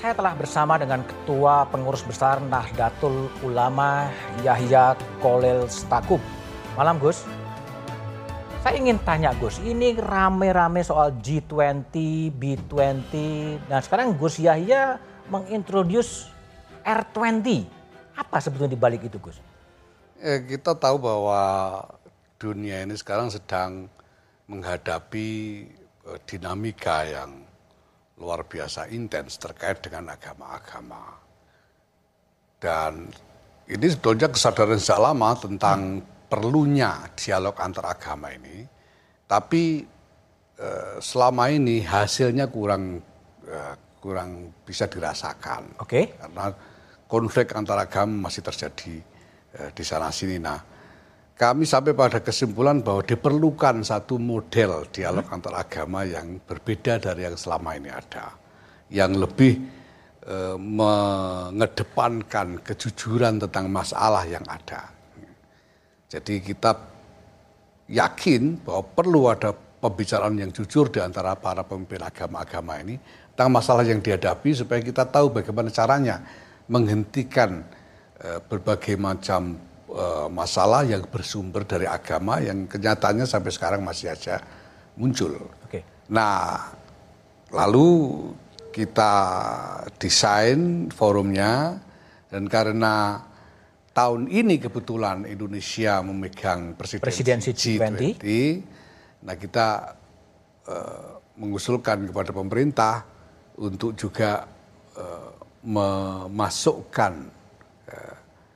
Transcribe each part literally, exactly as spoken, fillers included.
Saya telah bersama dengan Ketua Pengurus Besar Nahdlatul Ulama Yahya Cholil Stakuf. Malam Gus. Saya ingin tanya Gus, ini rame-rame soal G dua puluh, B dua puluh. Nah sekarang Gus Yahya mengintroduce R dua puluh. Apa sebetulnya dibalik itu Gus? Eh, kita tahu bahwa dunia ini sekarang sedang menghadapi eh, dinamika yang luar biasa intens terkait dengan agama-agama. Dan ini sebetulnya kesadaran sejak lama tentang hmm. perlunya dialog antar agama ini. Tapi eh, selama ini hasilnya kurang eh, kurang bisa dirasakan. Oke. Karena konflik antar agama masih terjadi eh, di sana sini. Nah, kami sampai pada kesimpulan bahwa diperlukan satu model dialog hmm. antar agama yang berbeda dari yang selama ini ada. Yang lebih e, mengedepankan kejujuran tentang masalah yang ada. Jadi kita yakin bahwa perlu ada pembicaraan yang jujur di antara para pemimpin agama-agama ini tentang masalah yang dihadapi supaya kita tahu bagaimana caranya menghentikan e, berbagai macam masalah yang bersumber dari agama yang kenyataannya sampai sekarang masih aja muncul. Oke. Nah, lalu kita desain forumnya dan karena tahun ini kebetulan Indonesia memegang presidensi, presidensi G dua puluh. G dua puluh, nah kita uh, mengusulkan kepada pemerintah untuk juga uh, memasukkan uh,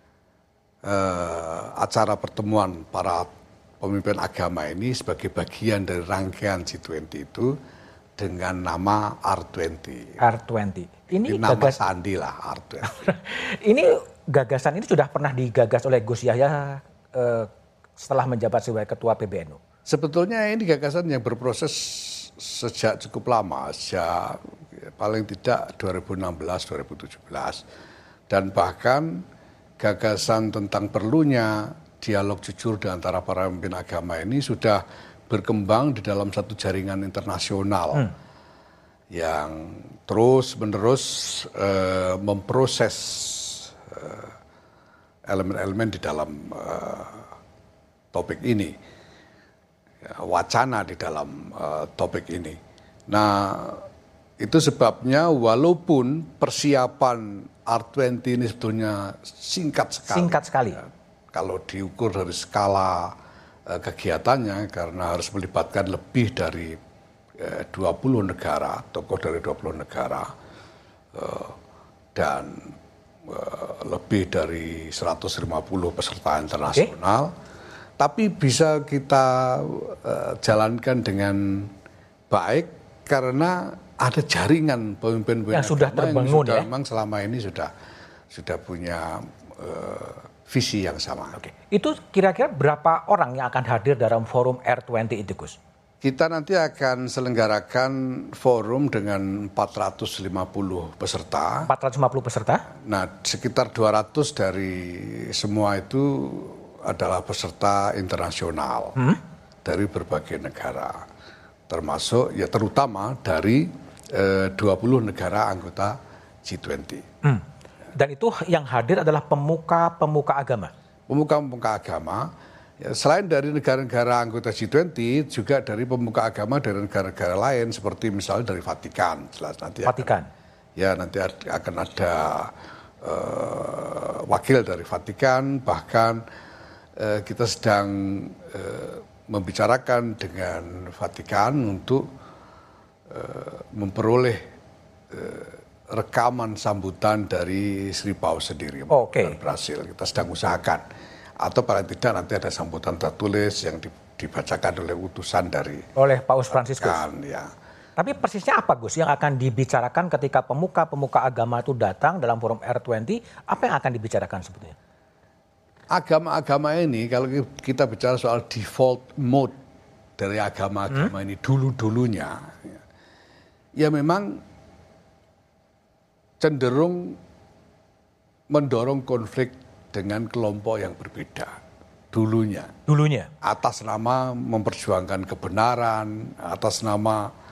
Uh, acara pertemuan para pemimpin agama ini sebagai bagian dari rangkaian G dua puluh itu dengan nama R dua puluh. R dua puluh. Ini, ini nama gagas... sandi lah R dua puluh. Ini gagasan ini sudah pernah digagas oleh Gus Yahya uh, setelah menjabat sebagai Ketua P B N U. Sebetulnya ini gagasan yang berproses sejak cukup lama, sejak paling tidak dua ribu enam belas dua ribu tujuh belas dan bahkan gagasan tentang perlunya dialog jujur di antara para pemimpin agama ini sudah berkembang di dalam satu jaringan internasional hmm. yang terus-menerus uh, memproses uh, elemen-elemen di dalam uh, topik ini, ya, wacana di dalam uh, topik ini. Nah, itu sebabnya walaupun persiapan R dua puluh ini sebetulnya singkat sekali. Singkat sekali. Ya, kalau diukur dari skala uh, kegiatannya karena harus melibatkan lebih dari uh, dua puluh negara, tokoh dari dua puluh negara uh, dan uh, lebih dari seratus lima puluh peserta internasional. Okay. Tapi bisa kita uh, jalankan dengan baik karena ada jaringan pemimpin-pemimpin yang sudah terbangun yang sudah ya. Memang selama ini sudah sudah punya uh, visi yang sama. Oke. Itu kira-kira berapa orang yang akan hadir dalam forum R dua puluh itu, Gus? Kita nanti akan selenggarakan forum dengan empat ratus lima puluh peserta. empat ratus lima puluh peserta? Nah, sekitar dua ratus dari semua itu adalah peserta internasional hmm? dari berbagai negara. Termasuk ya terutama dari dua puluh negara anggota G dua puluh. Hmm. Dan itu yang hadir adalah pemuka-pemuka agama? Pemuka-pemuka agama, ya, selain dari negara-negara anggota G dua puluh, juga dari pemuka agama dari negara-negara lain, seperti misalnya dari Vatikan. Jelas nanti Vatikan? Akan, ya nanti akan ada uh, wakil dari Vatikan, bahkan uh, kita sedang uh, membicarakan dengan Vatikan untuk Uh, memperoleh uh, rekaman sambutan dari Sri Paus sendiri oh, okay. dan Brasil. Kita sedang usahakan. Atau paling tidak nanti ada sambutan tertulis yang dibacakan oleh utusan dari oleh Paus Fransiskus. Ya. Tapi persisnya apa Gus yang akan dibicarakan ketika pemuka-pemuka agama itu datang dalam forum R dua puluh? Apa yang akan dibicarakan sebetulnya? Agama-agama ini kalau kita bicara soal default mode dari agama-agama hmm? ini dulu-dulunya, ya memang cenderung mendorong konflik dengan kelompok yang berbeda dulunya. Dulunya? Atas nama memperjuangkan kebenaran, atas nama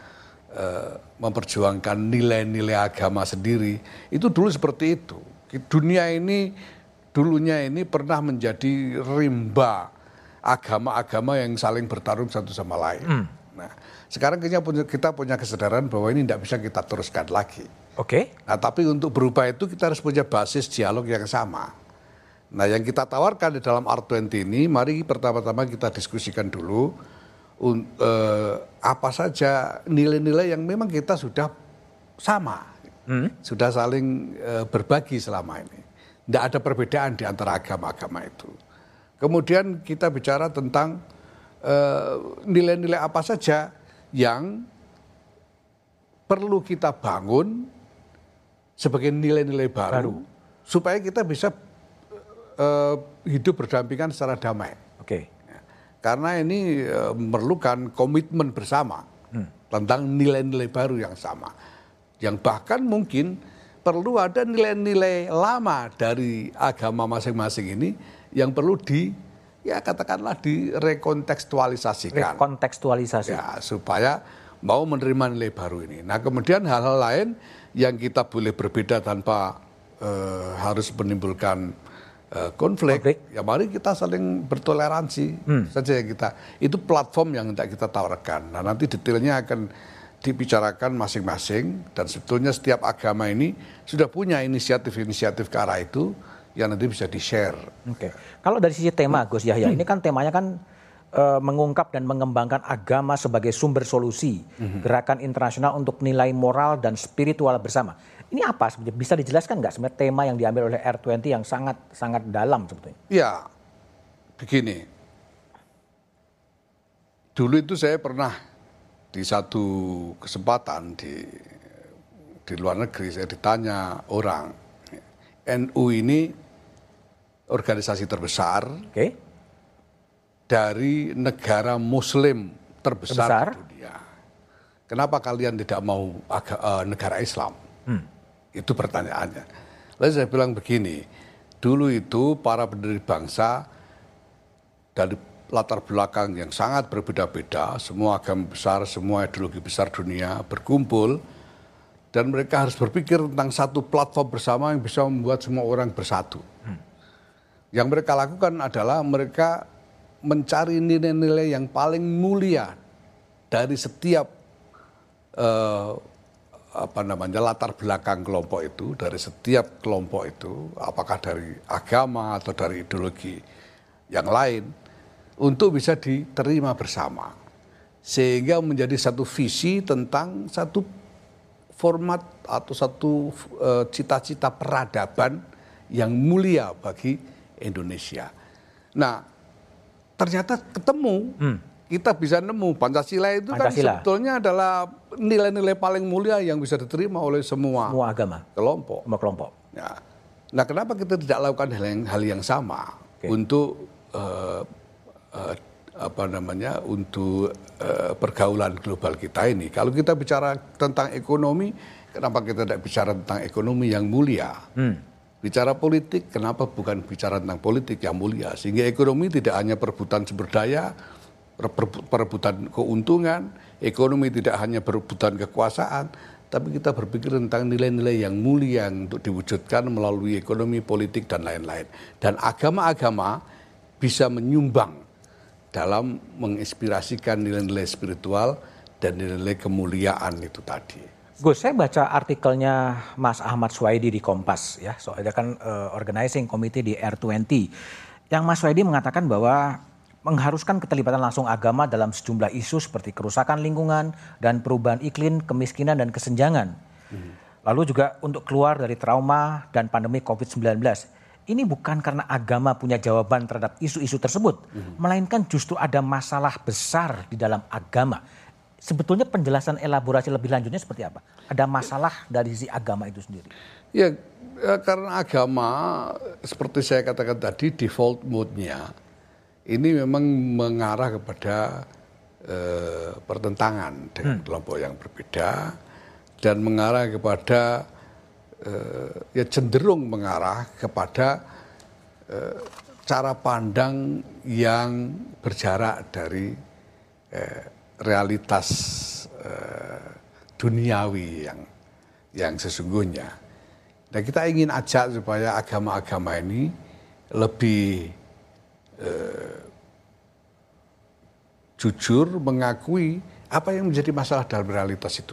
uh, memperjuangkan nilai-nilai agama sendiri. Itu dulu seperti itu. Dunia ini dulunya ini pernah menjadi rimba agama-agama yang saling bertarung satu sama lain. Hmm. Nah, sekarang kita punya, kita punya kesadaran bahwa ini tidak bisa kita teruskan lagi. Oke. Okay. Nah, tapi untuk berubah itu kita harus punya basis dialog yang sama. Nah, yang kita tawarkan di dalam R dua puluh ini, mari pertama-tama kita diskusikan dulu un, uh, apa saja nilai-nilai yang memang kita sudah sama, hmm. sudah saling uh, berbagi selama ini. Tidak ada perbedaan di antara agama-agama itu. Kemudian kita bicara tentang uh, nilai-nilai apa saja yang perlu kita bangun sebagai nilai-nilai baru, baru supaya kita bisa uh, hidup berdampingan secara damai. Oke. Okay. Ya, karena ini uh, memerlukan komitmen bersama hmm. tentang nilai-nilai baru yang sama, yang bahkan mungkin perlu ada nilai-nilai lama dari agama masing-masing ini yang perlu di, ya katakanlah direkontekstualisasikan. Rekontekstualisasi. Ya, supaya mau menerima nilai baru ini. Nah, kemudian hal-hal lain yang kita boleh berbeda tanpa uh, harus menimbulkan uh, konflik, konflik, ya mari kita saling bertoleransi hmm. saja yang kita. Itu platform yang tidak kita tawarkan. Nah, nanti detailnya akan dibicarakan masing-masing, dan sebetulnya setiap agama ini sudah punya inisiatif-inisiatif ke arah itu yang nanti bisa di-share. Oke. Kalau dari sisi tema, Gus Yahya, hmm. ini kan temanya kan e, mengungkap dan mengembangkan agama sebagai sumber solusi, hmm. gerakan internasional untuk nilai moral dan spiritual bersama. Ini apa sebetulnya? Bisa dijelaskan nggak sebenarnya tema yang diambil oleh R dua puluh yang sangat sangat dalam sebetulnya? Ya, begini. Dulu itu saya pernah di satu kesempatan di di luar negeri, saya ditanya orang, N U ini organisasi terbesar okay. dari negara Muslim terbesar, terbesar di dunia. Kenapa kalian tidak mau aga, uh, negara Islam? Hmm. Itu pertanyaannya. Lalu saya bilang begini, dulu itu para pendiri bangsa dari latar belakang yang sangat berbeda-beda, semua agama besar, semua ideologi besar dunia berkumpul, dan mereka harus berpikir tentang satu platform bersama yang bisa membuat semua orang bersatu. Hmm. Yang mereka lakukan adalah mereka mencari nilai-nilai yang paling mulia dari setiap uh, apa namanya latar belakang kelompok itu, dari setiap kelompok itu, apakah dari agama atau dari ideologi yang lain, untuk bisa diterima bersama, sehingga menjadi satu visi tentang satu format atau satu uh, cita-cita peradaban yang mulia bagi Indonesia. Nah, ternyata ketemu, hmm. kita bisa nemu Pancasila itu Pancasila. Kan sebetulnya adalah nilai-nilai paling mulia yang bisa diterima oleh semua, semua agama, kelompok. Semua kelompok. Ya. Nah, kenapa kita tidak lakukan hal yang, hal yang sama okay. untuk uh, uh, apa namanya untuk uh, pergaulan global kita ini? Kalau kita bicara tentang ekonomi, kenapa kita tidak bicara tentang ekonomi yang mulia? Hmm. Bicara politik, kenapa bukan bicara tentang politik yang mulia? Sehingga ekonomi tidak hanya perebutan sumber daya, perebutan keuntungan, ekonomi tidak hanya perebutan kekuasaan, tapi kita berpikir tentang nilai-nilai yang mulia untuk diwujudkan melalui ekonomi, politik, dan lain-lain. Dan agama-agama bisa menyumbang dalam menginspirasikan nilai-nilai spiritual dan nilai-nilai kemuliaan itu tadi. Gus, saya baca artikelnya Mas Ahmad Swaidi di Kompas, ya, soalnya kan uh, organizing committee di R dua puluh, yang Mas Swaidi mengatakan bahwa mengharuskan keterlibatan langsung agama dalam sejumlah isu seperti kerusakan lingkungan dan perubahan iklim, kemiskinan dan kesenjangan. Hmm. Lalu juga untuk keluar dari trauma dan pandemi covid sembilan belas. Ini bukan karena agama punya jawaban terhadap isu-isu tersebut, hmm. melainkan justru ada masalah besar di dalam agama. Sebetulnya penjelasan elaborasi lebih lanjutnya seperti apa? Ada masalah dari sisi agama itu sendiri? Ya, karena agama seperti saya katakan tadi default mode-nya ini memang mengarah kepada eh, pertentangan dengan hmm. kelompok yang berbeda dan mengarah kepada eh, ya cenderung mengarah kepada eh, cara pandang yang berjarak dari eh, realitas eh, duniawi yang yang sesungguhnya. Nah, kita ingin ajak supaya agama-agama ini lebih eh, jujur mengakui apa yang menjadi masalah dalam realitas itu.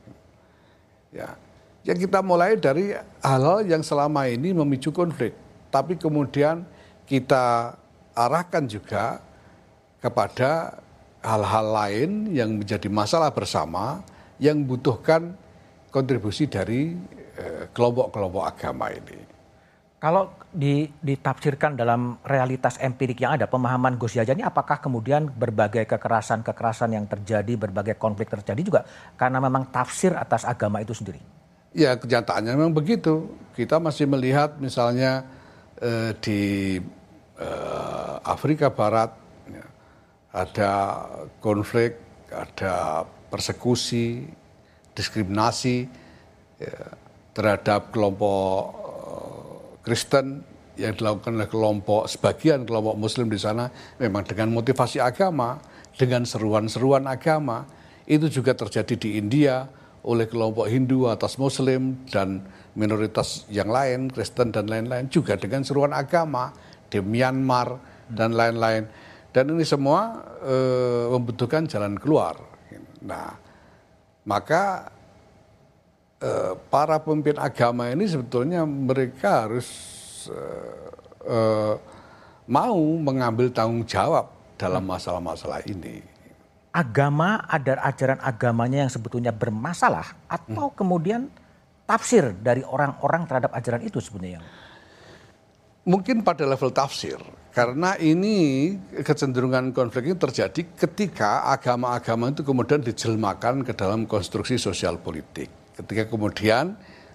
Ya, yang kita mulai dari hal-hal yang selama ini memicu konflik, tapi kemudian kita arahkan juga kepada hal-hal lain yang menjadi masalah bersama yang membutuhkan kontribusi dari eh, kelompok-kelompok agama ini. Kalau ditafsirkan dalam realitas empirik yang ada, pemahaman Gus Yahya ini apakah kemudian berbagai kekerasan-kekerasan yang terjadi, berbagai konflik terjadi juga karena memang tafsir atas agama itu sendiri? Ya, kenyataannya memang begitu. Kita masih melihat misalnya eh, di eh, Afrika Barat ya, ada konflik, ada persekusi, diskriminasi ya, terhadap kelompok Kristen yang dilakukan oleh kelompok sebagian kelompok Muslim di sana memang dengan motivasi agama, dengan seruan-seruan agama. Itu juga terjadi di India oleh kelompok Hindu atas Muslim dan minoritas yang lain, Kristen dan lain-lain juga dengan seruan agama di Myanmar dan lain-lain. Dan ini semua e, membutuhkan jalan keluar. Nah, maka Uh, para pemimpin agama ini sebetulnya mereka harus uh, uh, mau mengambil tanggung jawab dalam masalah-masalah ini. Agama, ada ajaran agamanya yang sebetulnya bermasalah atau hmm. kemudian tafsir dari orang-orang terhadap ajaran itu sebetulnya? Mungkin pada level tafsir, karena ini kecenderungan konflik ini terjadi ketika agama-agama itu kemudian dijelmakan ke dalam konstruksi sosial politik. Ketika kemudian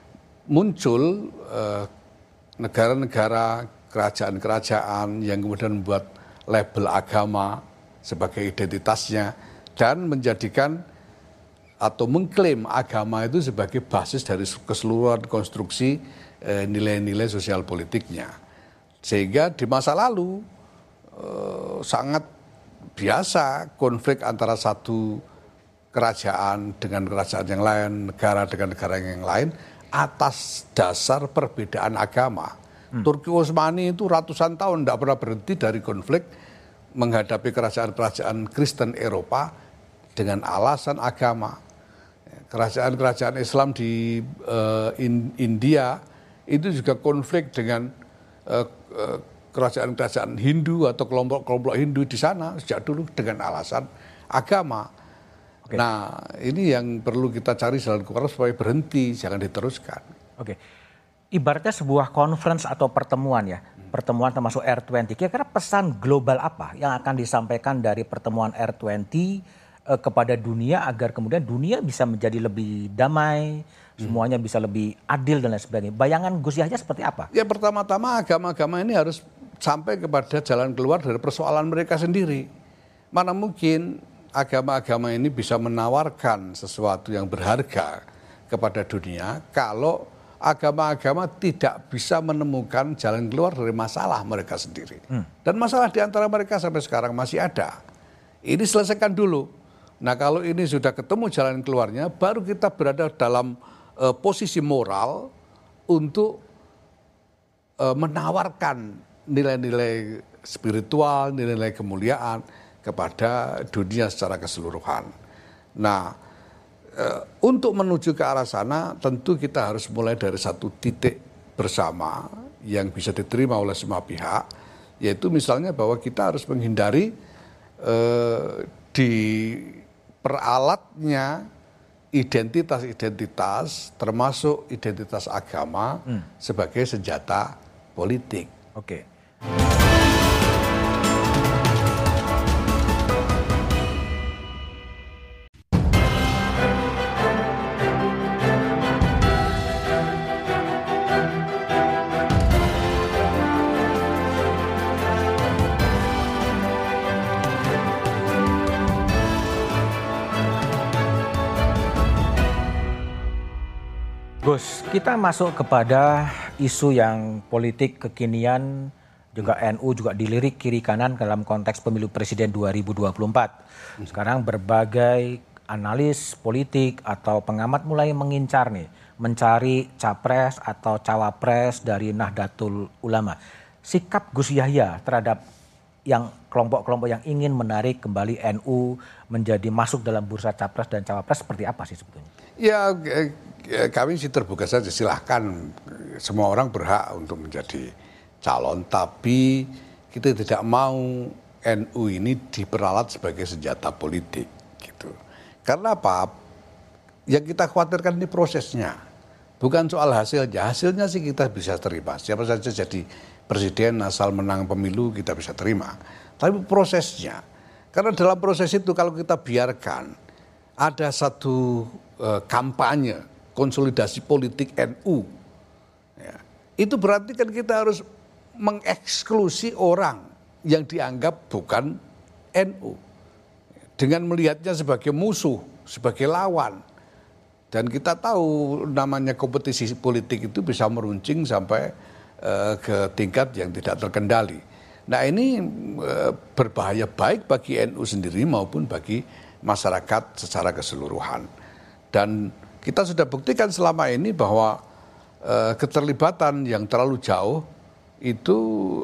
muncul eh, negara-negara, kerajaan-kerajaan yang kemudian membuat label agama sebagai identitasnya dan menjadikan atau mengklaim agama itu sebagai basis dari keseluruhan konstruksi eh, nilai-nilai sosial politiknya. Sehingga di masa lalu eh, sangat biasa konflik antara satu kerajaan dengan kerajaan yang lain, negara dengan negara yang lain atas dasar perbedaan agama. Hmm. Turki Utsmani itu ratusan tahun tidak pernah berhenti dari konflik menghadapi kerajaan-kerajaan Kristen Eropa dengan alasan agama. Kerajaan-kerajaan Islam di uh, in, India itu juga konflik dengan uh, uh, kerajaan-kerajaan Hindu atau kelompok-kelompok Hindu di sana sejak dulu dengan alasan agama. Oke. Nah, ini yang perlu kita cari jalan keluar supaya berhenti, jangan diteruskan. Oke, ibaratnya sebuah conference atau pertemuan ya, hmm. pertemuan termasuk R dua puluh. Kira-kira pesan global apa yang akan disampaikan dari pertemuan R dua puluh eh, kepada dunia agar kemudian dunia bisa menjadi lebih damai, hmm. semuanya bisa lebih adil dan lain sebagainya. Bayangan Gus Yahya seperti apa? Ya, pertama-tama agama-agama ini harus sampai kepada jalan keluar dari persoalan mereka sendiri. Mana mungkin agama-agama ini bisa menawarkan sesuatu yang berharga kepada dunia kalau agama-agama tidak bisa menemukan jalan keluar dari masalah mereka sendiri. Hmm. Dan masalah di antara mereka sampai sekarang masih ada. Ini selesaikan dulu. Nah, kalau ini sudah ketemu jalan keluarnya, baru kita berada dalam uh, posisi moral untuk uh, menawarkan nilai-nilai spiritual, nilai-nilai kemuliaan kepada dunia secara keseluruhan. Nah, e, untuk menuju ke arah sana tentu kita harus mulai dari satu titik bersama yang bisa diterima oleh semua pihak, yaitu misalnya bahwa kita harus menghindari e, di peralatnya identitas-identitas termasuk identitas agama hmm. sebagai senjata politik. Oke. Gus, kita masuk kepada isu yang politik kekinian, juga N U juga dilirik kiri kanan dalam konteks pemilu presiden dua ribu dua puluh empat. Sekarang berbagai analis politik atau pengamat mulai mengincar nih, mencari capres atau cawapres dari Nahdlatul Ulama. Sikap Gus Yahya terhadap yang kelompok-kelompok yang ingin menarik kembali N U menjadi masuk dalam bursa capres dan cawapres seperti apa sih sebetulnya? Ya, kami sih terbuka saja, silahkan, semua orang berhak untuk menjadi calon, tapi kita tidak mau N U ini diperalat sebagai senjata politik gitu. Karena apa? Yang kita khawatirkan ini prosesnya, bukan soal hasilnya. Hasilnya sih kita bisa terima, siapa saja jadi presiden asal menang pemilu kita bisa terima. Tapi prosesnya, karena dalam proses itu kalau kita biarkan ada satu eh, kampanye konsolidasi politik N U, ya, itu berarti kan kita harus mengeksklusi orang yang dianggap bukan N U dengan melihatnya sebagai musuh, sebagai lawan. Dan kita tahu namanya kompetisi politik itu bisa meruncing sampai ke tingkat yang tidak terkendali. Nah ini berbahaya baik bagi N U sendiri maupun bagi masyarakat secara keseluruhan. Dan kita sudah buktikan selama ini bahwa keterlibatan yang terlalu jauh itu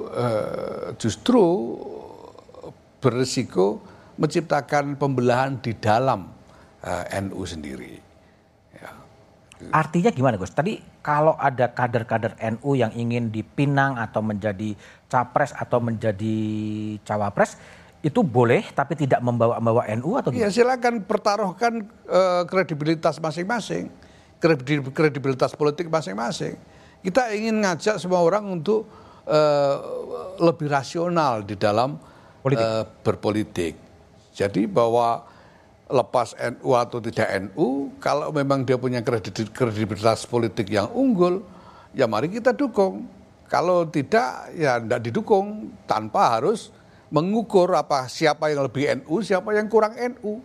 justru berisiko menciptakan pembelahan di dalam N U sendiri. Artinya gimana Gus? Tadi kalau ada kader-kader N U yang ingin dipinang atau menjadi capres atau menjadi cawapres, itu boleh tapi tidak membawa-bawa N U atau gimana? Ya silakan pertaruhkan uh, kredibilitas masing-masing, kredibilitas politik masing-masing. Kita ingin ngajak semua orang untuk uh, lebih rasional di dalam uh, berpolitik. Jadi bahwa lepas N U atau tidak N U, kalau memang dia punya kredibilitas politik yang unggul, ya mari kita dukung. Kalau tidak, ya tidak didukung tanpa harus mengukur apa siapa yang lebih N U, siapa yang kurang N U.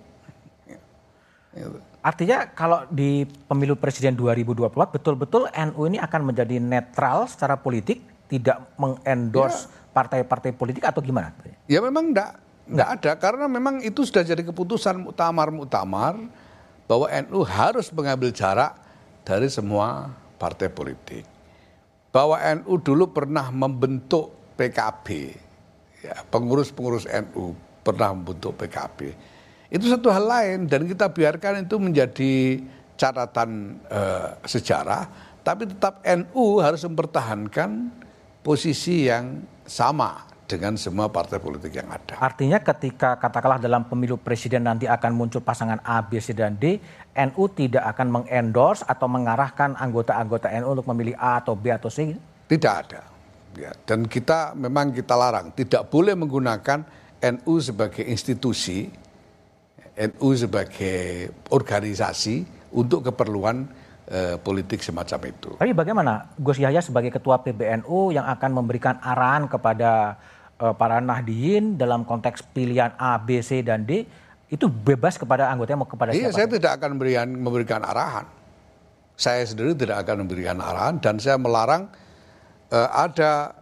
Artinya kalau di pemilu presiden dua ribu dua puluh empat betul-betul N U ini akan menjadi netral secara politik, tidak mengendorse ya partai-partai politik atau gimana? Ya memang enggak. Enggak ada, karena memang itu sudah jadi keputusan muktamar-muktamar bahwa N U harus mengambil jarak dari semua partai politik. Bahwa N U dulu pernah membentuk P K B, ya, pengurus-pengurus N U pernah membentuk P K B. Itu satu hal lain dan kita biarkan itu menjadi catatan eh, sejarah, tapi tetap N U harus mempertahankan posisi yang sama dengan semua partai politik yang ada. Artinya ketika katakanlah dalam pemilu presiden nanti akan muncul pasangan A, B, C, dan D, N U tidak akan mengendorse atau mengarahkan anggota-anggota N U untuk memilih A atau B atau C? Tidak ada. Ya, dan kita memang kita larang, tidak boleh menggunakan N U sebagai institusi, N U sebagai organisasi untuk keperluan eh, politik semacam itu. Tapi bagaimana Gus Yahya sebagai ketua P B N U yang akan memberikan arahan kepada para Nahdliyin dalam konteks pilihan A, B, C, dan D itu bebas kepada anggotanya mau kepada iya, siapa? Saya tidak akan memberikan, memberikan arahan. Saya sendiri tidak akan memberikan arahan dan saya melarang uh, ada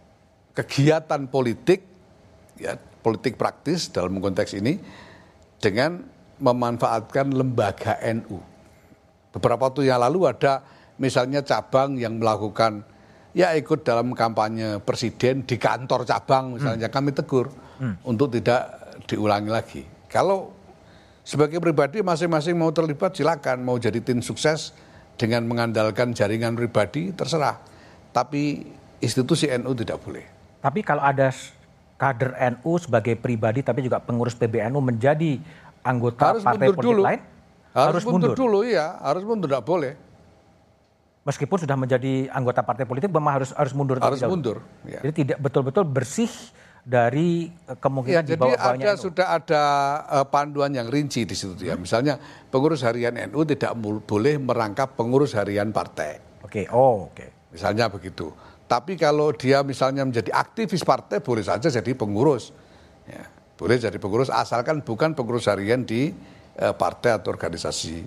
kegiatan politik, ya politik praktis dalam konteks ini dengan memanfaatkan lembaga N U. Beberapa waktu yang lalu ada misalnya cabang yang melakukan ya ikut dalam kampanye presiden di kantor cabang misalnya, hmm. kami tegur hmm. untuk tidak diulangi lagi. Kalau sebagai pribadi masing-masing mau terlibat silakan, mau jadi tim sukses dengan mengandalkan jaringan pribadi terserah. Tapi institusi N U tidak boleh. Tapi kalau ada kader N U sebagai pribadi tapi juga pengurus P B N U menjadi anggota harus partai politik dulu. lain, harus, harus mundur. mundur dulu ya, harus mundur, tidak boleh. Meskipun sudah menjadi anggota partai politik, memang harus harus mundur. Harus mundur. Ya. Jadi tidak betul-betul bersih dari kemungkinan ya, di bawah-bawahnya. Jadi ada, sudah ada uh, panduan yang rinci di situ ya. Misalnya pengurus harian N U tidak boleh merangkap pengurus harian partai. Oke, okay. oh oke. Okay. Misalnya begitu. Tapi kalau dia misalnya menjadi aktivis partai boleh saja jadi pengurus. Ya, boleh jadi pengurus asalkan bukan pengurus harian di uh, partai atau organisasi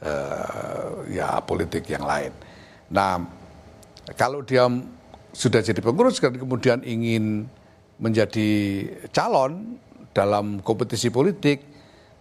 uh, ya politik yang lain. Nah, kalau dia sudah jadi pengurus dan kemudian ingin menjadi calon dalam kompetisi politik,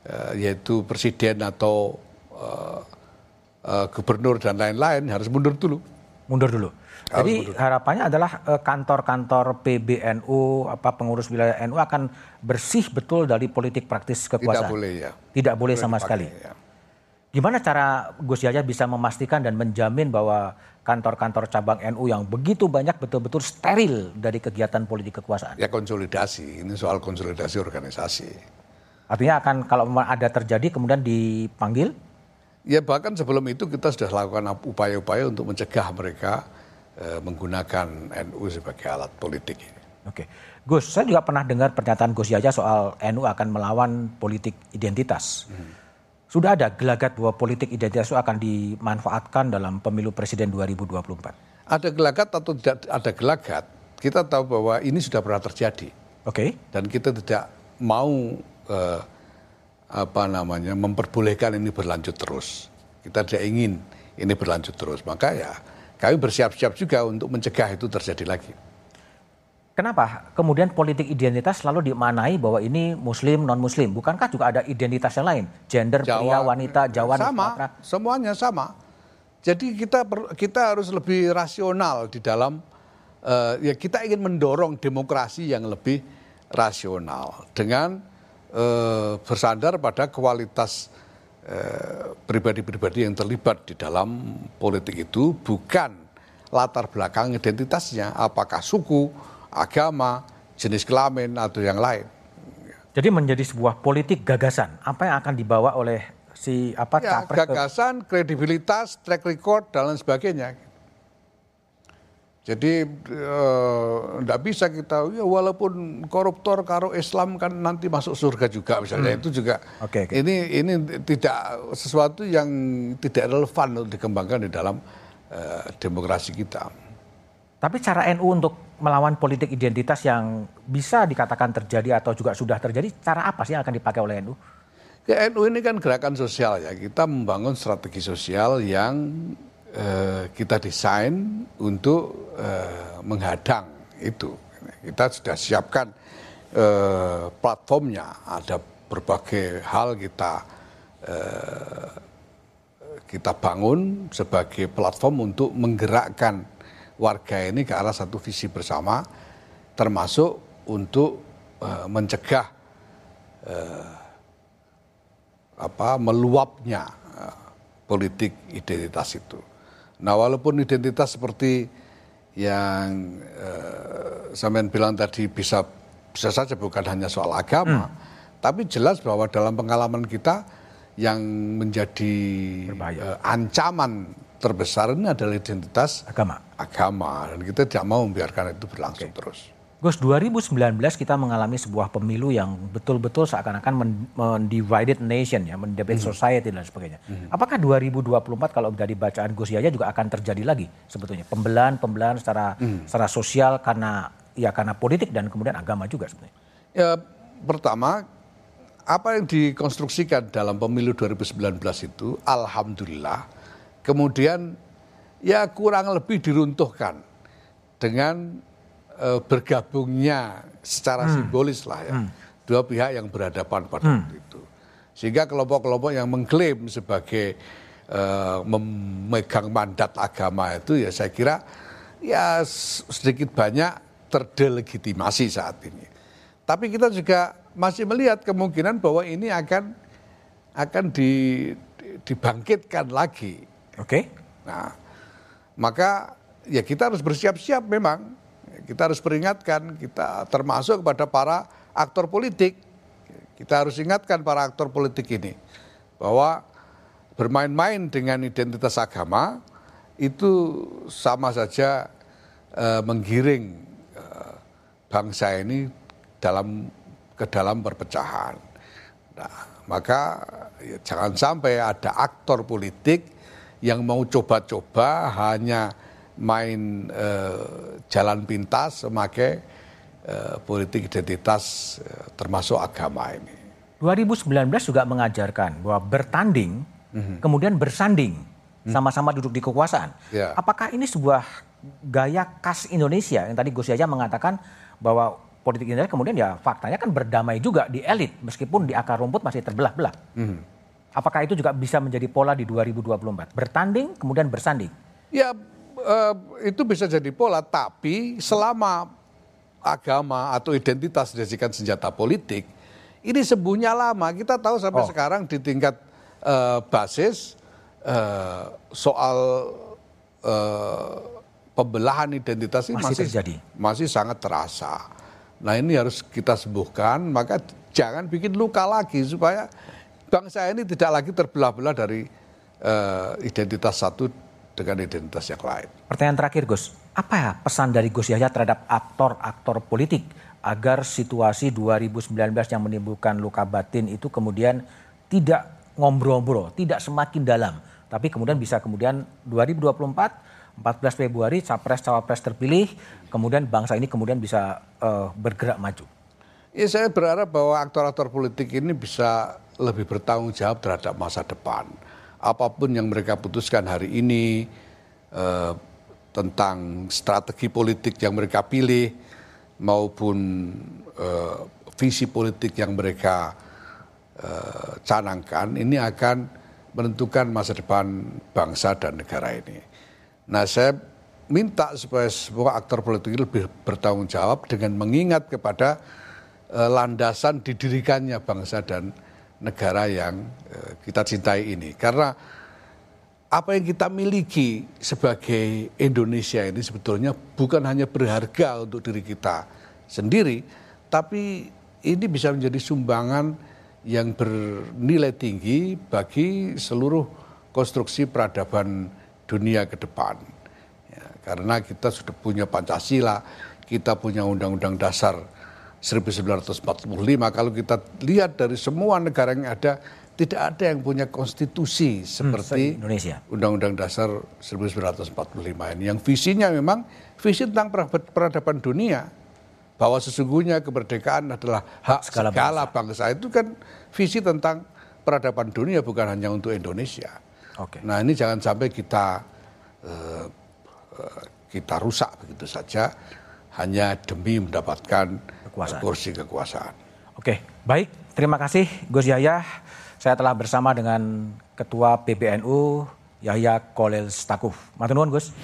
uh, yaitu presiden atau uh, uh, gubernur dan lain-lain harus mundur dulu. Mundur dulu. Harus Jadi mundur. harapannya adalah uh, kantor-kantor P B N U, apa pengurus wilayah N U akan bersih betul dari politik praktis kekuasaan. Tidak boleh ya. Tidak boleh sama dipakai, sekali. Ya. Gimana cara Gus Yahya bisa memastikan dan menjamin bahwa kantor-kantor cabang N U yang begitu banyak betul-betul steril dari kegiatan politik kekuasaan? Ya konsolidasi, ini soal konsolidasi organisasi. Artinya akan kalau memang ada terjadi kemudian dipanggil? Ya bahkan sebelum itu kita sudah lakukan upaya-upaya untuk mencegah mereka eh, menggunakan N U sebagai alat politik ini. Oke, Gus, saya juga pernah dengar pernyataan Gus Yahya soal N U akan melawan politik identitas. Hmm. Sudah ada gelagat bahwa politik identitas itu akan dimanfaatkan dalam pemilu presiden dua ribu dua puluh empat? Ada gelagat atau tidak ada gelagat, kita tahu bahwa ini sudah pernah terjadi. Oke. Okay. Dan kita tidak mau eh, apa namanya memperbolehkan ini berlanjut terus. Kita tidak ingin ini berlanjut terus. Maka ya kami bersiap-siap juga untuk mencegah itu terjadi lagi. Kenapa kemudian politik identitas selalu dimaknai bahwa ini muslim, non-muslim? Bukankah juga ada identitas yang lain? Gender, Jawa, pria, wanita, Jawa, sama, Sumatera? Semuanya sama. Jadi kita kita harus lebih rasional di dalam, uh, ya kita ingin mendorong demokrasi yang lebih rasional. Dengan uh, bersandar pada kualitas uh, pribadi-pribadi yang terlibat di dalam politik itu. Bukan latar belakang identitasnya, apakah suku, agama, jenis kelamin atau yang lain. Jadi menjadi sebuah politik gagasan. Apa yang akan dibawa oleh si apa ya, capres? Gagasan, kredibilitas, track record dan lain sebagainya. Jadi tidak eh, bisa kita, ya walaupun koruptor karo Islam kan nanti masuk surga juga misalnya. Hmm. Itu juga okay, okay. ini ini tidak sesuatu yang tidak relevan untuk dikembangkan di dalam eh, demokrasi kita. Tapi cara N U untuk melawan politik identitas yang bisa dikatakan terjadi atau juga sudah terjadi, cara apa sih yang akan dipakai oleh N U? Ya, N U ini kan gerakan sosial ya, kita membangun strategi sosial yang eh, kita desain untuk eh, menghadang itu. Kita sudah siapkan eh, platformnya, ada berbagai hal kita eh, kita bangun sebagai platform untuk menggerakkan warga ini ke arah satu visi bersama, termasuk untuk uh, mencegah uh, apa meluapnya uh, politik identitas itu. Nah, walaupun identitas seperti yang uh, sampean bilang tadi bisa bisa saja bukan hanya soal agama, hmm. tapi jelas bahwa dalam pengalaman kita yang menjadi uh, ancaman terbesar ini adalah identitas agama. Agama dan kita tidak mau membiarkan itu berlangsung okay. terus. Gus, dua ribu sembilan belas kita mengalami sebuah pemilu yang betul-betul seakan-akan mendivided nation ya, mendivided mm-hmm. society dan sebagainya. Mm-hmm. Apakah dua ribu dua puluh empat kalau dari bacaan Gus Yahya juga akan terjadi lagi sebetulnya pembelahan-pembelahan secara mm. secara sosial karena ya karena politik dan kemudian agama juga sebetulnya? Ya, pertama apa yang dikonstruksikan dalam pemilu dua ribu sembilan belas itu alhamdulillah kemudian ya kurang lebih diruntuhkan dengan e, bergabungnya secara hmm. simbolis lah ya hmm. dua pihak yang berhadapan pada hmm. waktu itu. Sehingga kelompok-kelompok yang mengklaim sebagai e, memegang mandat agama itu ya saya kira ya sedikit banyak terdelegitimasi saat ini. Tapi kita juga masih melihat kemungkinan bahwa ini akan akan di, dibangkitkan lagi. Oke. Okay. Nah, maka ya kita harus bersiap-siap memang. Kita harus peringatkan, kita termasuk kepada para aktor politik. Kita harus ingatkan para aktor politik ini bahwa bermain-main dengan identitas agama itu sama saja uh, menggiring uh, bangsa ini dalam ke dalam perpecahan. Nah, maka ya, jangan sampai ada aktor politik yang mau coba-coba hanya main eh, jalan pintas memakai eh, politik identitas eh, termasuk agama ini. dua ribu sembilan belas juga mengajarkan bahwa bertanding mm-hmm. kemudian bersanding mm-hmm. sama-sama duduk di kekuasaan. Yeah. Apakah ini sebuah gaya khas Indonesia yang tadi Gus Yahya mengatakan bahwa politik Indonesia kemudian ya faktanya kan berdamai juga di elit meskipun di akar rumput masih terbelah-belah. Hmm. Apakah itu juga bisa menjadi pola di dua ribu dua puluh empat? Bertanding kemudian bersanding? Ya uh, itu bisa jadi pola, tapi selama agama atau identitas dijadikan senjata politik, ini sembuhnya lama. Kita tahu sampai oh. sekarang di tingkat uh, basis uh, soal uh, pembelahan identitas ini masih, masih terjadi, masih sangat terasa. Nah ini harus kita sembuhkan, maka jangan bikin luka lagi supaya bangsa ini tidak lagi terbelah-belah dari uh, identitas satu dengan identitas yang lain. Pertanyaan terakhir Gus, apa ya pesan dari Gus Yahya terhadap aktor-aktor politik agar situasi dua ribu sembilan belas yang menimbulkan luka batin itu kemudian tidak ngombro-ngombro, tidak semakin dalam, tapi kemudian bisa kemudian dua ribu dua puluh empat empat belas Februari capres-cawapres terpilih, kemudian bangsa ini kemudian bisa uh, bergerak maju. Ya saya berharap bahwa aktor-aktor politik ini bisa lebih bertanggung jawab terhadap masa depan. Apapun yang mereka putuskan hari ini uh, tentang strategi politik yang mereka pilih maupun uh, visi politik yang mereka uh, canangkan, ini akan menentukan masa depan bangsa dan negara ini. Nah saya minta supaya semua aktor politik lebih bertanggung jawab dengan mengingat kepada uh, landasan didirikannya bangsa dan negara yang uh, kita cintai ini. Karena apa yang kita miliki sebagai Indonesia ini sebetulnya bukan hanya berharga untuk diri kita sendiri, tapi ini bisa menjadi sumbangan yang bernilai tinggi bagi seluruh konstruksi peradaban dunia ke depan. Ya, karena kita sudah punya Pancasila, kita punya Undang-Undang Dasar seribu sembilan ratus empat puluh lima. Kalau kita lihat dari semua negara yang ada, tidak ada yang punya konstitusi seperti hmm, Indonesia. Undang-Undang Dasar seribu sembilan ratus empat puluh lima ini. Yang visinya memang visi tentang peradaban dunia. Bahwa sesungguhnya kemerdekaan adalah hak segala, segala bangsa. bangsa. Itu kan visi tentang peradaban dunia, bukan hanya untuk Indonesia. Oke. Nah ini jangan sampai kita uh, uh, kita rusak begitu saja hanya demi mendapatkan kekuasaan. kursi kekuasaan. Oke, baik. Terima kasih Gus Yahya. Saya telah bersama dengan Ketua P B N U Yahya Cholil Stakuf. Matur nuwun Gus.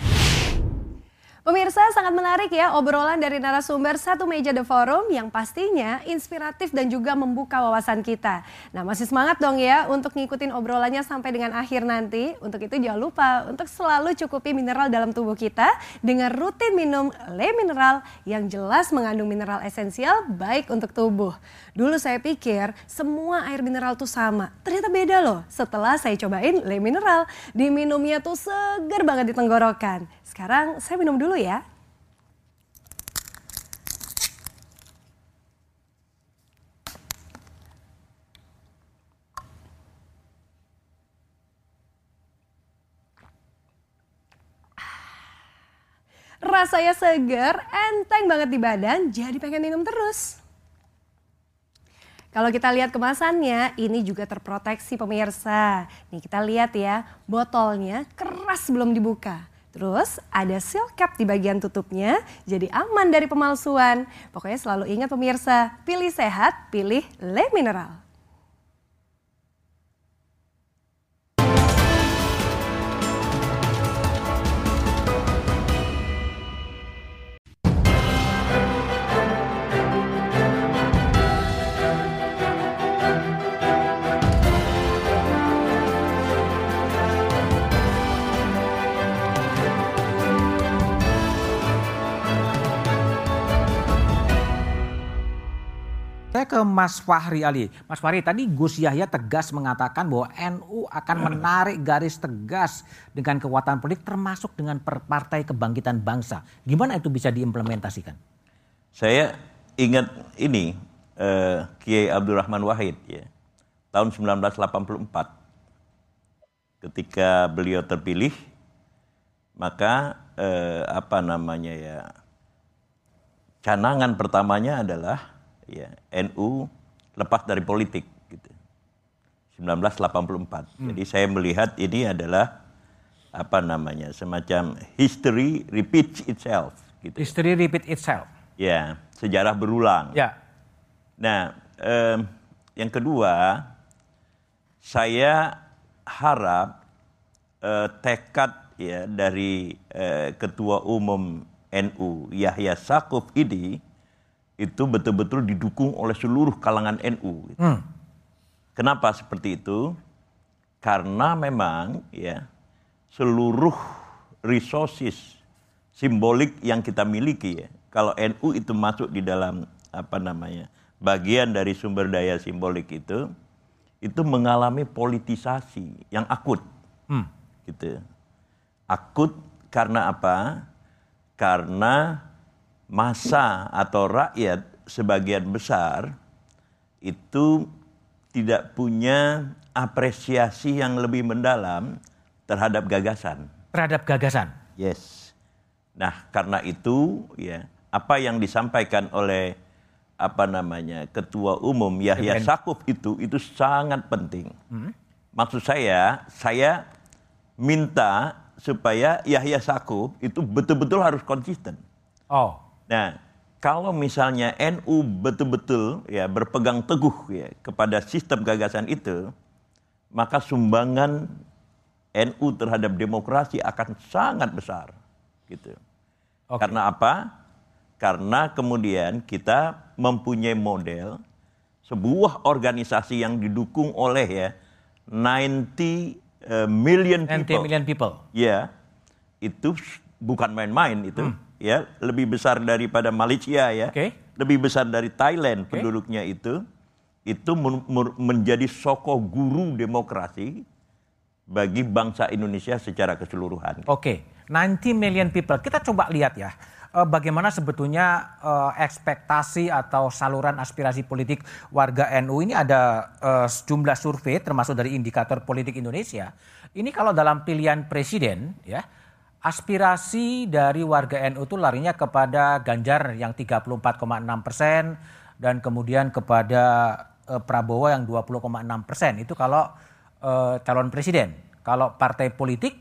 Pemirsa, sangat menarik ya obrolan dari narasumber Satu Meja The Forum yang pastinya inspiratif dan juga membuka wawasan kita. Nah masih semangat dong ya untuk ngikutin obrolannya sampai dengan akhir nanti. Untuk itu jangan lupa untuk selalu cukupi mineral dalam tubuh kita dengan rutin minum Le Mineral yang jelas mengandung mineral esensial baik untuk tubuh. Dulu saya pikir semua air mineral tuh sama, ternyata beda loh. Setelah saya cobain Le Mineral, diminumnya tuh seger banget di tenggorokan. Sekarang saya minum dulu ya. Rasanya seger, enteng banget di badan, jadi pengen minum terus. Kalau kita lihat kemasannya, ini juga terproteksi pemirsa. Nih kita lihat ya, botolnya keras belum dibuka. Terus ada seal cap di bagian tutupnya, jadi aman dari pemalsuan. Pokoknya selalu ingat pemirsa, pilih sehat, pilih Le Mineral. Saya ke Mas Fahri Ali. Mas Fahri, tadi Gus Yahya tegas mengatakan bahwa N U akan menarik garis tegas dengan kekuatan politik termasuk dengan Partai Kebangkitan Bangsa. Gimana itu bisa diimplementasikan? Saya ingat ini, eh, Kiai Abdurrahman Wahid ya, tahun seribu sembilan ratus delapan puluh empat. Ketika beliau terpilih, maka eh, apa namanya ya, canangan pertamanya adalah ya, N U lepas dari politik gitu. seribu sembilan ratus delapan puluh empat. Hmm. Jadi saya melihat ini adalah apa namanya semacam history repeats itself gitu. History repeat itself. Ya, sejarah berulang. Ya. Nah, eh, yang kedua, saya harap eh, tekad ya dari eh, Ketua Umum N U Yahya Saquf ini itu betul-betul didukung oleh seluruh kalangan N U. Gitu. Hmm. Kenapa seperti itu? Karena memang ya seluruh resources simbolik yang kita miliki ya, kalau N U itu masuk di dalam apa namanya bagian dari sumber daya simbolik itu, itu mengalami politisasi yang akut, Hmm. gitu. Akut karena apa? Karena massa atau rakyat sebagian besar itu tidak punya apresiasi yang lebih mendalam terhadap gagasan. Terhadap gagasan. Yes. Nah, karena itu ya apa yang disampaikan oleh apa namanya Ketua Umum Yahya Saquf itu itu sangat penting. Hmm. Maksud saya, saya minta supaya Yahya Saquf itu betul-betul harus konsisten. Oh. Nah, kalau misalnya N U betul-betul ya berpegang teguh ya kepada sistem gagasan itu, maka sumbangan N U terhadap demokrasi akan sangat besar, gitu. Okay. Karena apa? Karena kemudian kita mempunyai model sebuah organisasi yang didukung oleh ya sembilan puluh million people. sembilan puluh million people. Ya, itu bukan main-main itu. Hmm. Ya, lebih besar daripada Malaysia ya, okay. Lebih besar dari Thailand okay. Penduduknya itu, itu menjadi soko guru demokrasi bagi bangsa Indonesia secara keseluruhan. Oke, okay. sembilan puluh million people. Kita coba lihat ya, bagaimana sebetulnya ekspektasi atau saluran aspirasi politik warga N U ini. Ada sejumlah survei termasuk dari Indikator Politik Indonesia. Ini kalau dalam pilihan presiden ya, aspirasi dari warga N U itu larinya kepada Ganjar yang tiga puluh empat koma enam persen dan kemudian kepada uh, Prabowo yang dua puluh koma enam persen. Itu kalau uh, calon presiden. Kalau partai politik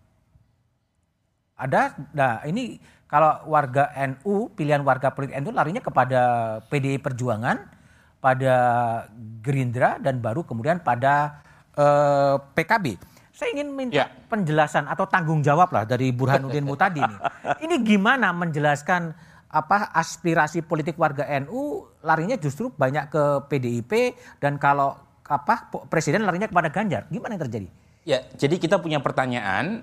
ada, nah ini kalau warga N U, pilihan warga politik N U larinya kepada P D I Perjuangan, pada Gerindra dan baru kemudian pada uh, P K B. Saya ingin minta ya. penjelasan atau tanggung jawab lah dari Burhanuddin Muhtadi ini. Ini gimana menjelaskan apa aspirasi politik warga N U larinya justru banyak ke P D I P dan kalau apa presiden larinya kepada Ganjar. Gimana yang terjadi? Ya, jadi kita punya pertanyaan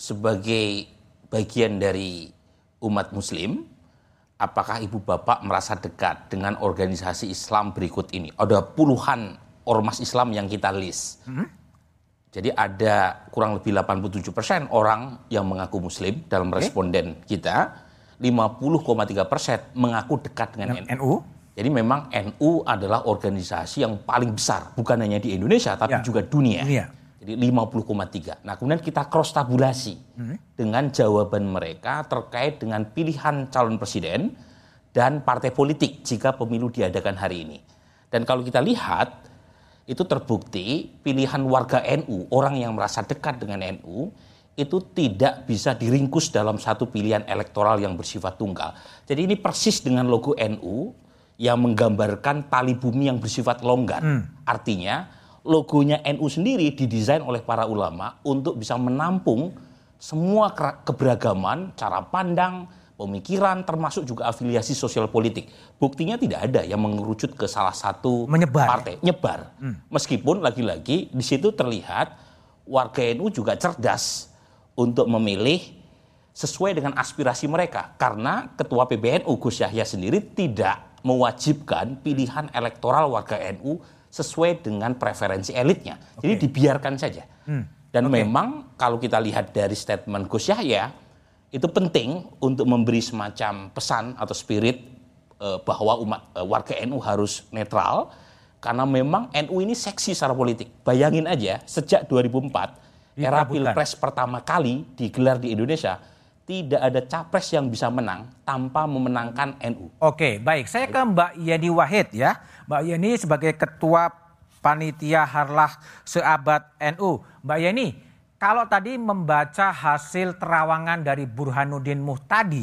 sebagai bagian dari umat muslim, apakah ibu bapak merasa dekat dengan organisasi Islam berikut ini? Ada puluhan ormas Islam yang kita list. Hmm? Jadi ada kurang lebih delapan puluh tujuh persen orang yang mengaku muslim dalam responden okay. kita, lima puluh koma tiga persen mengaku dekat dengan N U. Jadi memang N U adalah organisasi yang paling besar, bukan hanya di Indonesia tapi ya. juga dunia. dunia. Jadi lima puluh koma tiga. Nah, kemudian kita cross tabulasi hmm. dengan jawaban mereka terkait dengan pilihan calon presiden dan partai politik jika pemilu diadakan hari ini. Dan kalau kita lihat itu terbukti pilihan warga N U, orang yang merasa dekat dengan N U, itu tidak bisa diringkus dalam satu pilihan elektoral yang bersifat tunggal. Jadi ini persis dengan logo N U yang menggambarkan tali bumi yang bersifat longgar. Hmm. Artinya logonya N U sendiri didesain oleh para ulama untuk bisa menampung semua keberagaman, cara pandang, pemikiran, termasuk juga afiliasi sosial politik. Buktinya tidak ada yang mengerucut ke salah satu Menyebar. partai. Nyebar. Hmm. Meskipun lagi-lagi di situ terlihat warga N U juga cerdas untuk memilih sesuai dengan aspirasi mereka. Karena Ketua P B N U Gus Yahya sendiri tidak mewajibkan pilihan elektoral warga N U sesuai dengan preferensi elitnya. Jadi okay. dibiarkan saja. Hmm. Dan okay. memang kalau kita lihat dari statement Gus Yahya, itu penting untuk memberi semacam pesan atau spirit eh, bahwa umat eh, warga N U harus netral karena memang N U ini seksi secara politik. Bayangin aja sejak dua ribu empat era pilpres pertama kali digelar di Indonesia tidak ada capres yang bisa menang tanpa memenangkan N U. Oke, baik. Saya ke Mbak Yeni Wahid ya. Mbak Yeni sebagai Ketua Panitia Harlah Seabad N U. Mbak Yeni, kalau tadi membaca hasil terawangan dari Burhanuddin Muhtadi,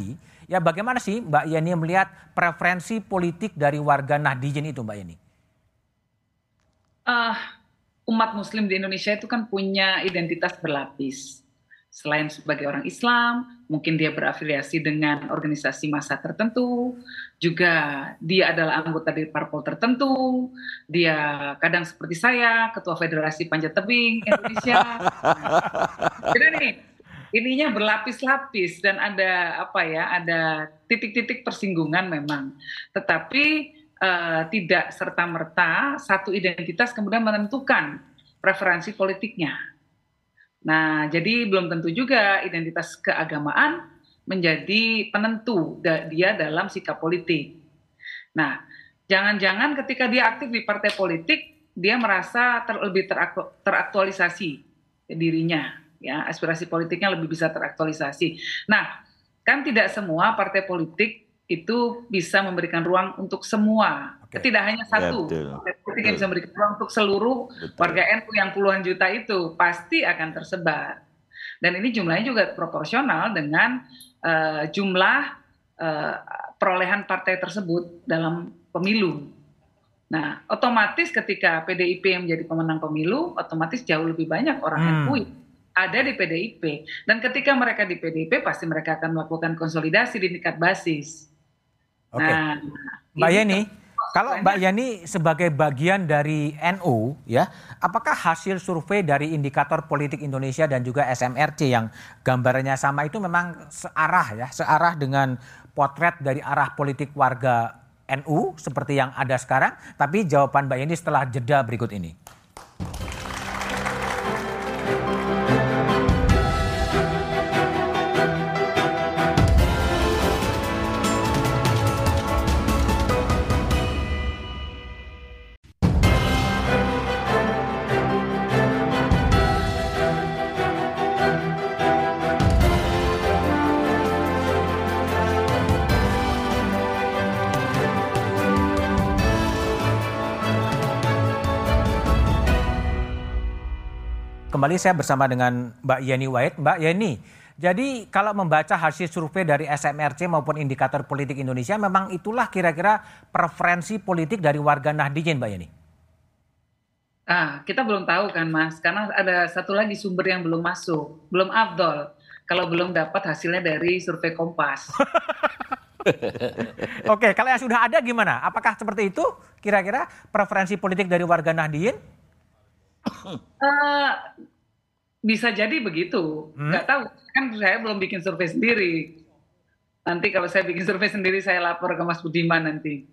Ya bagaimana sih Mbak Yeni melihat preferensi politik dari warga Nahdijin itu Mbak Yeni? Uh, umat Muslim di Indonesia itu kan punya identitas berlapis. Selain sebagai orang Islam, mungkin dia berafiliasi dengan organisasi massa tertentu, juga dia adalah anggota dari parpol tertentu, dia kadang seperti saya, Ketua Federasi Panjat Tebing Indonesia. Jadi nih, ininya berlapis-lapis dan ada apa ya, ada titik-titik persinggungan memang. Tetapi uh, tidak serta-merta satu identitas kemudian menentukan preferensi politiknya. Nah, jadi belum tentu juga identitas keagamaan menjadi penentu dia dalam sikap politik. Nah, jangan-jangan ketika dia aktif di partai politik, dia merasa ter, lebih teraktu, teraktualisasi dirinya, ya, aspirasi politiknya lebih bisa teraktualisasi. Nah, kan tidak semua partai politik itu bisa memberikan ruang untuk semua. Okay. Tidak hanya satu ya, partai politik yang bisa memberikan ruang untuk seluruh betul. Warga N U yang puluhan juta itu pasti akan tersebar. Dan ini jumlahnya juga proporsional dengan uh, jumlah uh, perolehan partai tersebut dalam pemilu. Nah, otomatis ketika P D I P yang menjadi pemenang pemilu, otomatis jauh lebih banyak orang hmm. N U ada di P D I P. Dan ketika mereka di P D I P, pasti mereka akan melakukan konsolidasi di tingkat basis. Oke, nah, Mbak Yeni, kalau Mbak Yeni sebagai bagian dari N U, ya, apakah hasil survei dari Indikator Politik Indonesia dan juga S M R C yang gambarnya sama itu memang searah ya, searah dengan potret dari arah politik warga N U seperti yang ada sekarang? Tapi jawaban Mbak Yeni setelah jeda berikut ini. Kembali saya bersama dengan Mbak Yeni Wahid. Mbak Yeni, jadi kalau membaca hasil survei dari S M R C maupun Indikator Politik Indonesia, memang itulah kira-kira preferensi politik dari warga Nahdijin, Mbak Yeni? Ah, kita belum tahu kan Mas, karena ada satu lagi sumber yang belum masuk, belum afdol, kalau belum dapat hasilnya dari survei Kompas. Oke, kalau yang sudah ada gimana? Apakah seperti itu kira-kira preferensi politik dari warga Nahdijin? Uh, bisa jadi begitu, hmm? Nggak tahu, kan saya belum bikin survei sendiri. Nanti kalau saya bikin survei sendiri saya lapor ke Mas Budiman nanti.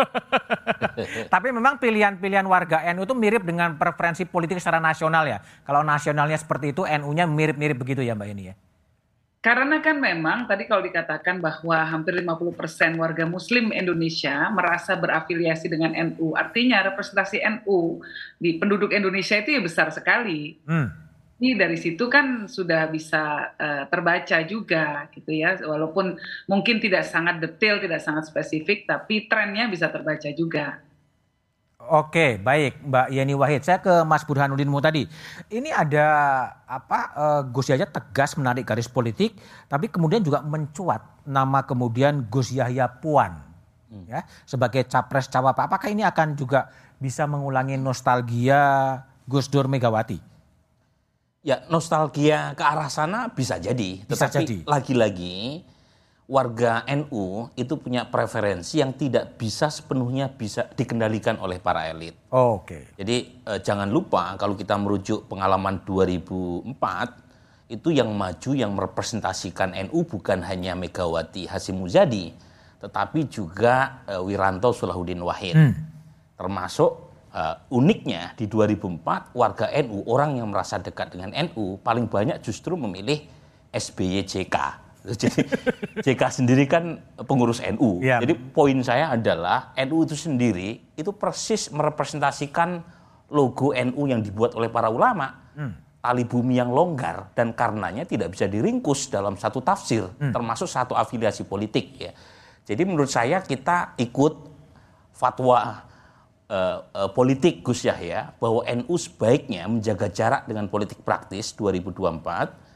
Tapi memang pilihan-pilihan warga N U itu mirip dengan preferensi politik secara nasional ya. Kalau nasionalnya seperti itu, N U-nya mirip-mirip begitu ya Mbak Yeni ya? Karena kan memang tadi kalau dikatakan bahwa hampir lima puluh persen warga Muslim Indonesia merasa berafiliasi dengan N U. Artinya representasi N U di penduduk Indonesia itu ya besar sekali. Hmm. Ini dari situ kan sudah bisa uh, terbaca juga gitu ya. Walaupun mungkin tidak sangat detail, tidak sangat spesifik, tapi trennya bisa terbaca juga. Oke, baik Mbak Yeni Wahid. Saya ke Mas Burhanuddin Muhtadi. Ini ada apa? Uh, Gus Yahya tegas menarik garis politik, tapi kemudian juga mencuat nama kemudian Gus Yahya Puan, hmm. ya, sebagai capres cawapres. Apakah ini akan juga bisa mengulangi nostalgia Gus Dur Megawati? Ya, nostalgia ke arah sana bisa jadi. Bisa tetapi jadi. Lagi-lagi warga N U itu punya preferensi yang tidak bisa sepenuhnya bisa dikendalikan oleh para elit. Oh, Oke. Okay. Jadi eh, jangan lupa kalau kita merujuk pengalaman dua ribu empat, itu yang maju yang merepresentasikan N U bukan hanya Megawati Hasyim Muzadi, tetapi juga eh, Wiranto Salahuddin Wahid. Hmm. Termasuk Uh, uniknya di dua ribu empat warga N U, orang yang merasa dekat dengan N U paling banyak justru memilih S B Y J K. Jadi J K sendiri kan pengurus N U. Ya. Jadi poin saya adalah N U itu sendiri itu persis merepresentasikan logo N U yang dibuat oleh para ulama. Hmm. Tali bumi yang longgar dan karenanya tidak bisa diringkus dalam satu tafsir, hmm. termasuk satu afiliasi politik ya. Jadi menurut saya kita ikut fatwa Uh, uh, politik Gus Yahya bahwa N U sebaiknya menjaga jarak dengan politik praktis dua ribu dua puluh empat,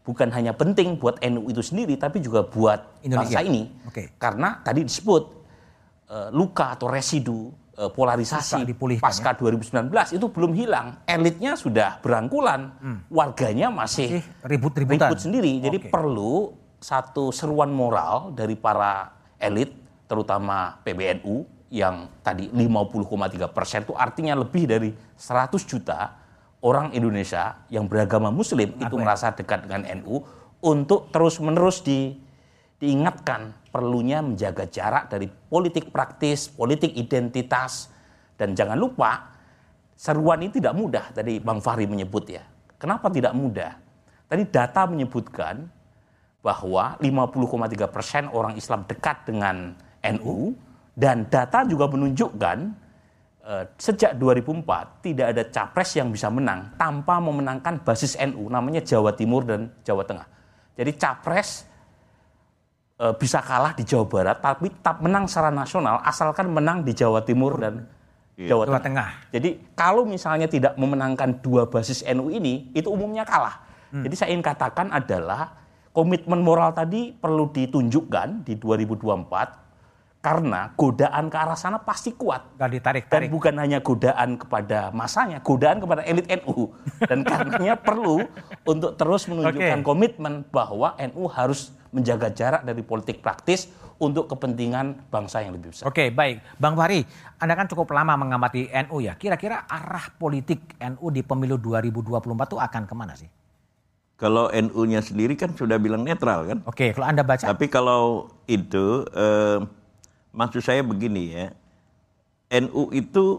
bukan hanya penting buat N U itu sendiri, tapi juga buat Indonesia. bangsa ini. Oke. Karena tadi disebut uh, luka atau residu uh, polarisasi pasca ya? dua ribu sembilan belas itu belum hilang. Elitnya sudah berangkulan, hmm. warganya masih, masih ribut-ributan. ribut sendiri. Jadi Oke. perlu satu seruan moral dari para elit, terutama P B N U, yang tadi lima puluh koma tiga persen itu artinya lebih dari seratus juta orang Indonesia yang beragama Muslim itu merasa dekat dengan N U, untuk terus-menerus di, diingatkan perlunya menjaga jarak dari politik praktis, politik identitas. Dan jangan lupa, seruan ini tidak mudah, tadi Bang Fahri menyebut ya. Kenapa tidak mudah? Tadi data menyebutkan bahwa lima puluh koma tiga persen orang Islam dekat dengan N U, dan data juga menunjukkan eh, sejak dua ribu empat tidak ada capres yang bisa menang tanpa memenangkan basis N U, namanya Jawa Timur dan Jawa Tengah. Jadi capres eh, bisa kalah di Jawa Barat tapi tetap menang secara nasional asalkan menang di Jawa Timur dan Jawa, Jawa Tengah. Tengah. Jadi kalau misalnya tidak memenangkan dua basis N U ini, itu umumnya kalah. Hmm. Jadi saya ingin katakan adalah komitmen moral tadi perlu ditunjukkan di dua ribu dua puluh empat. Karena godaan ke arah sana pasti kuat. Gak ditarik-tarik. Dan bukan hanya godaan kepada masanya, godaan kepada elit N U. Dan karenanya perlu untuk terus menunjukkan okay. komitmen bahwa N U harus menjaga jarak dari politik praktis untuk kepentingan bangsa yang lebih besar. Oke, okay, baik. Bang Fahri, Anda kan cukup lama mengamati N U ya. Kira-kira arah politik N U di pemilu dua ribu dua puluh empat itu akan kemana sih? Kalau N U-nya sendiri kan sudah bilang netral kan? Oke, okay, kalau Anda baca. Tapi kalau itu... Eh, maksud saya begini ya, N U itu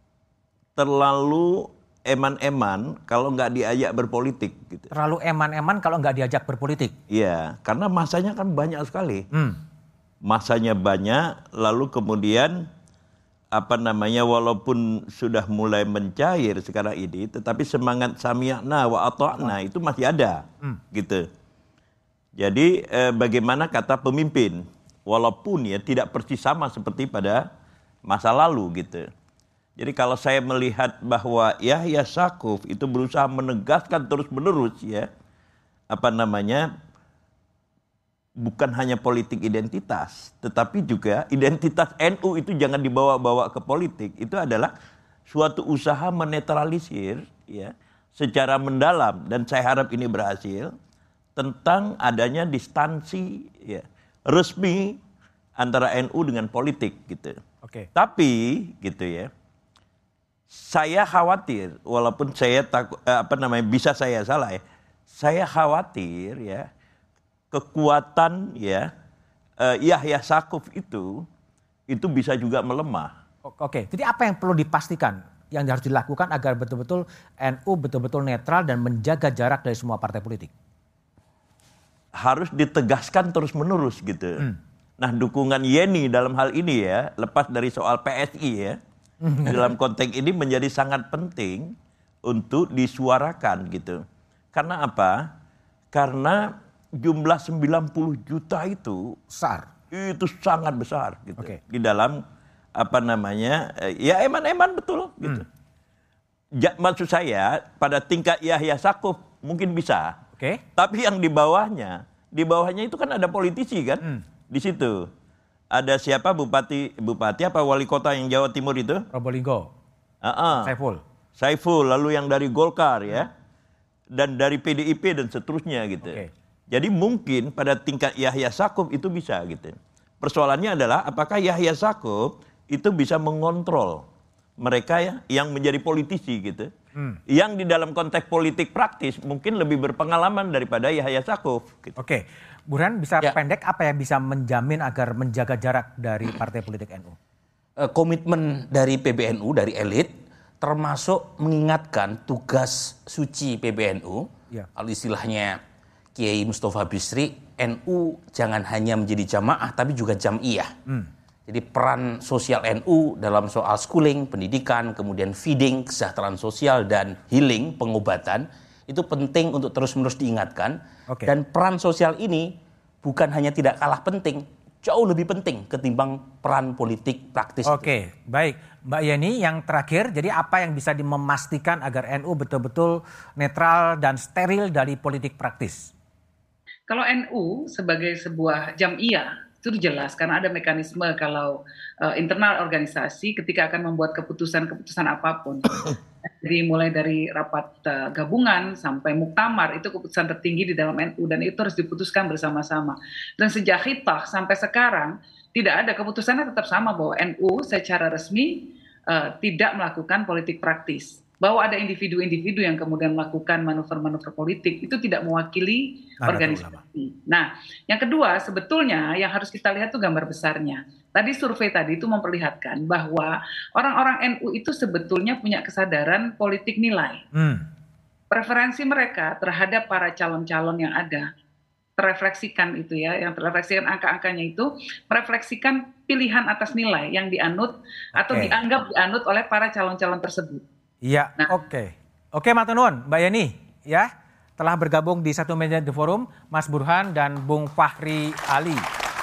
terlalu eman-eman kalau nggak diajak berpolitik. Gitu. Terlalu eman-eman kalau nggak diajak berpolitik? Iya, karena masanya kan banyak sekali. Hmm. Masanya banyak, lalu kemudian apa namanya, walaupun sudah mulai mencair sekarang ini, tetapi semangat sami'na wa ata'na itu masih ada. Hmm. Gitu. Jadi eh, bagaimana kata pemimpin? Walaupun ya tidak persis sama seperti pada masa lalu gitu. Jadi kalau saya melihat bahwa Yahya Saquf itu berusaha menegaskan terus-menerus ya, apa namanya, bukan hanya politik identitas, tetapi juga identitas N U itu jangan dibawa-bawa ke politik. Itu adalah suatu usaha menetralisir ya secara mendalam, dan saya harap ini berhasil, tentang adanya distansi ya resmi antara N U dengan politik gitu. Oke. Tapi gitu ya, saya khawatir, walaupun saya takut apa namanya bisa saya salah ya, saya khawatir ya kekuatan ya uh, Yahya Saquf itu itu bisa juga melemah. Oke. Jadi apa yang perlu dipastikan yang harus dilakukan agar betul-betul N U betul-betul netral dan menjaga jarak dari semua partai politik? Harus ditegaskan terus-menerus gitu. Hmm. Nah, dukungan Yeni dalam hal ini ya, lepas dari soal P S I ya, dalam konteks ini menjadi sangat penting untuk disuarakan gitu. Karena apa? Karena jumlah sembilan puluh juta itu besar. Itu sangat besar gitu. Okay. Di dalam apa namanya? Ya eman-eman betul gitu. Hmm. Ja, maksud saya pada tingkat Yahya Saquf mungkin bisa. Oke. Okay. Tapi yang di bawahnya, di bawahnya itu kan ada politisi kan? Hmm. Di situ ada siapa bupati bupati apa wali kota yang Jawa Timur itu? Probolinggo. Uh-uh. Saiful. Saiful, lalu yang dari Golkar ya. Dan dari P D I P dan seterusnya gitu. Okay. Jadi mungkin pada tingkat Yahya Saquf itu bisa gitu. Persoalannya adalah apakah Yahya Saquf itu bisa mengontrol mereka ya yang menjadi politisi gitu. Hmm. Yang di dalam konteks politik praktis mungkin lebih berpengalaman daripada Yahya Saquf. Gitu. Oke, Burhan bisa ya. pendek apa yang bisa menjamin agar menjaga jarak dari partai politik N U? Komitmen dari P B N U, dari elit, termasuk mengingatkan tugas suci P B N U. Ya. Kalau istilahnya Kiai Mustafa Bisri, N U jangan hanya menjadi jamaah tapi juga jam'iyah. Hmm. Jadi peran sosial N U dalam soal schooling, pendidikan, kemudian feeding, kesejahteraan sosial, dan healing, pengobatan, itu penting untuk terus-menerus diingatkan. Okay. Dan peran sosial ini bukan hanya tidak kalah penting, jauh lebih penting ketimbang peran politik praktis. Oke, okay. Baik. Mbak Yeni, yang terakhir, jadi apa yang bisa memastikan agar N U betul-betul netral dan steril dari politik praktis? Kalau N U sebagai sebuah jam'iyah itu jelas karena ada mekanisme kalau uh, internal organisasi ketika akan membuat keputusan-keputusan apapun. Jadi mulai dari rapat uh, gabungan sampai muktamar itu keputusan tertinggi di dalam N U dan itu harus diputuskan bersama-sama. Dan sejak khitah sampai sekarang tidak ada, keputusannya tetap sama bahwa N U secara resmi uh, tidak melakukan politik praktis. Bahwa ada individu-individu yang kemudian melakukan manuver-manuver politik itu tidak mewakili nah, organisasi. Nah, yang kedua sebetulnya yang harus kita lihat itu gambar besarnya. Tadi survei tadi itu memperlihatkan bahwa orang-orang N U itu sebetulnya punya kesadaran politik nilai. Hmm. Preferensi mereka terhadap para calon-calon yang ada terefleksikan itu ya, yang terefleksikan angka-angkanya itu merefleksikan pilihan atas nilai yang dianut atau okay. dianggap dianut oleh para calon-calon tersebut. Iya, nah. oke. Okay. Oke, matur nuwun, Mbak Yeni, ya. Telah bergabung di satu meja The Forum, Mas Burhan dan Bung Fahri Ali.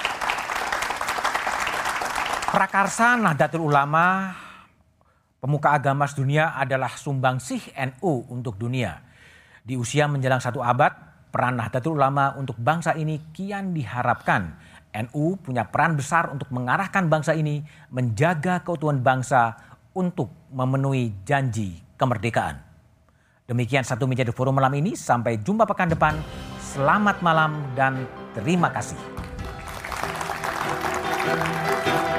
Prakarsa Nahdlatul Ulama, pemuka agama sedunia adalah sumbangsih N U untuk dunia. Di usia menjelang satu abad, peran Nahdlatul Ulama untuk bangsa ini kian diharapkan. N U punya peran besar untuk mengarahkan bangsa ini menjaga keutuhan bangsa untuk memenuhi janji kemerdekaan. Demikian satu meja The Forum malam ini. Sampai jumpa pekan depan. Selamat malam dan terima kasih.